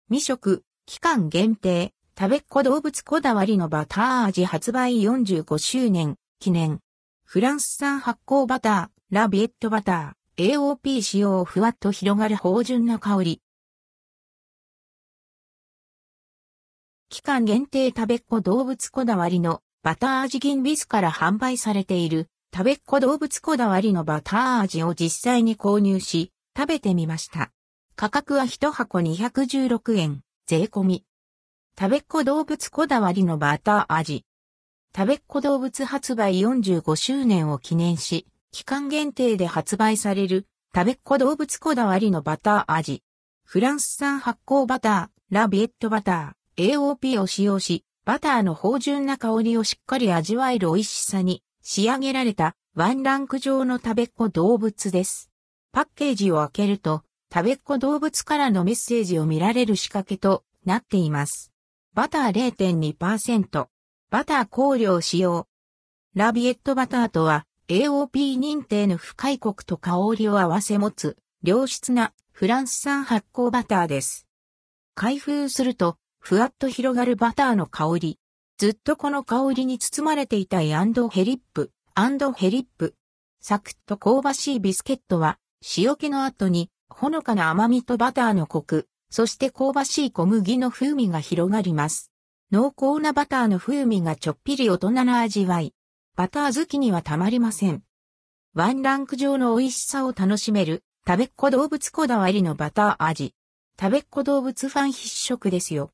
未食、期間限定、たべっ子動物こだわりのバター味発売45周年、記念。フランス産発酵バター、ラビエットバター、AOP 使用ふわっと広がる芳醇な香り。期間限定たべっ子動物こだわりのバター味ギンビスから販売されているたべっ子動物こだわりのバター味を実際に購入し食べてみました。価格は1箱216円、税込み。たべっ子動物こだわりのバター味。たべっ子動物発売45周年を記念し、期間限定で発売されるたべっ子動物こだわりのバター味。フランス産発酵バター、ラビエットバター、AOP を使用し、バターの芳醇な香りをしっかり味わえる美味しさに仕上げられたワンランク上のたべっ子動物です。パッケージを開けると、たべっ子動物からのメッセージを見られる仕掛けとなっています。バター 0.2%。バター香料使用。ラビエットバターとは AOP 認定の深いコクと香りを合わせ持つ良質なフランス産発酵バターです。開封するとふわっと広がるバターの香り。ずっとこの香りに包まれていたい&ヘリップ、ヘリップ。サクッと香ばしいビスケットは塩気の後にほのかな甘みとバターのコク、そして香ばしい小麦の風味が広がります。濃厚なバターの風味がちょっぴり大人な味わい。バター好きにはたまりません。ワンランク上の美味しさを楽しめる、たべっ子動物こだわりのバター味。たべっ子動物ファン必食ですよ。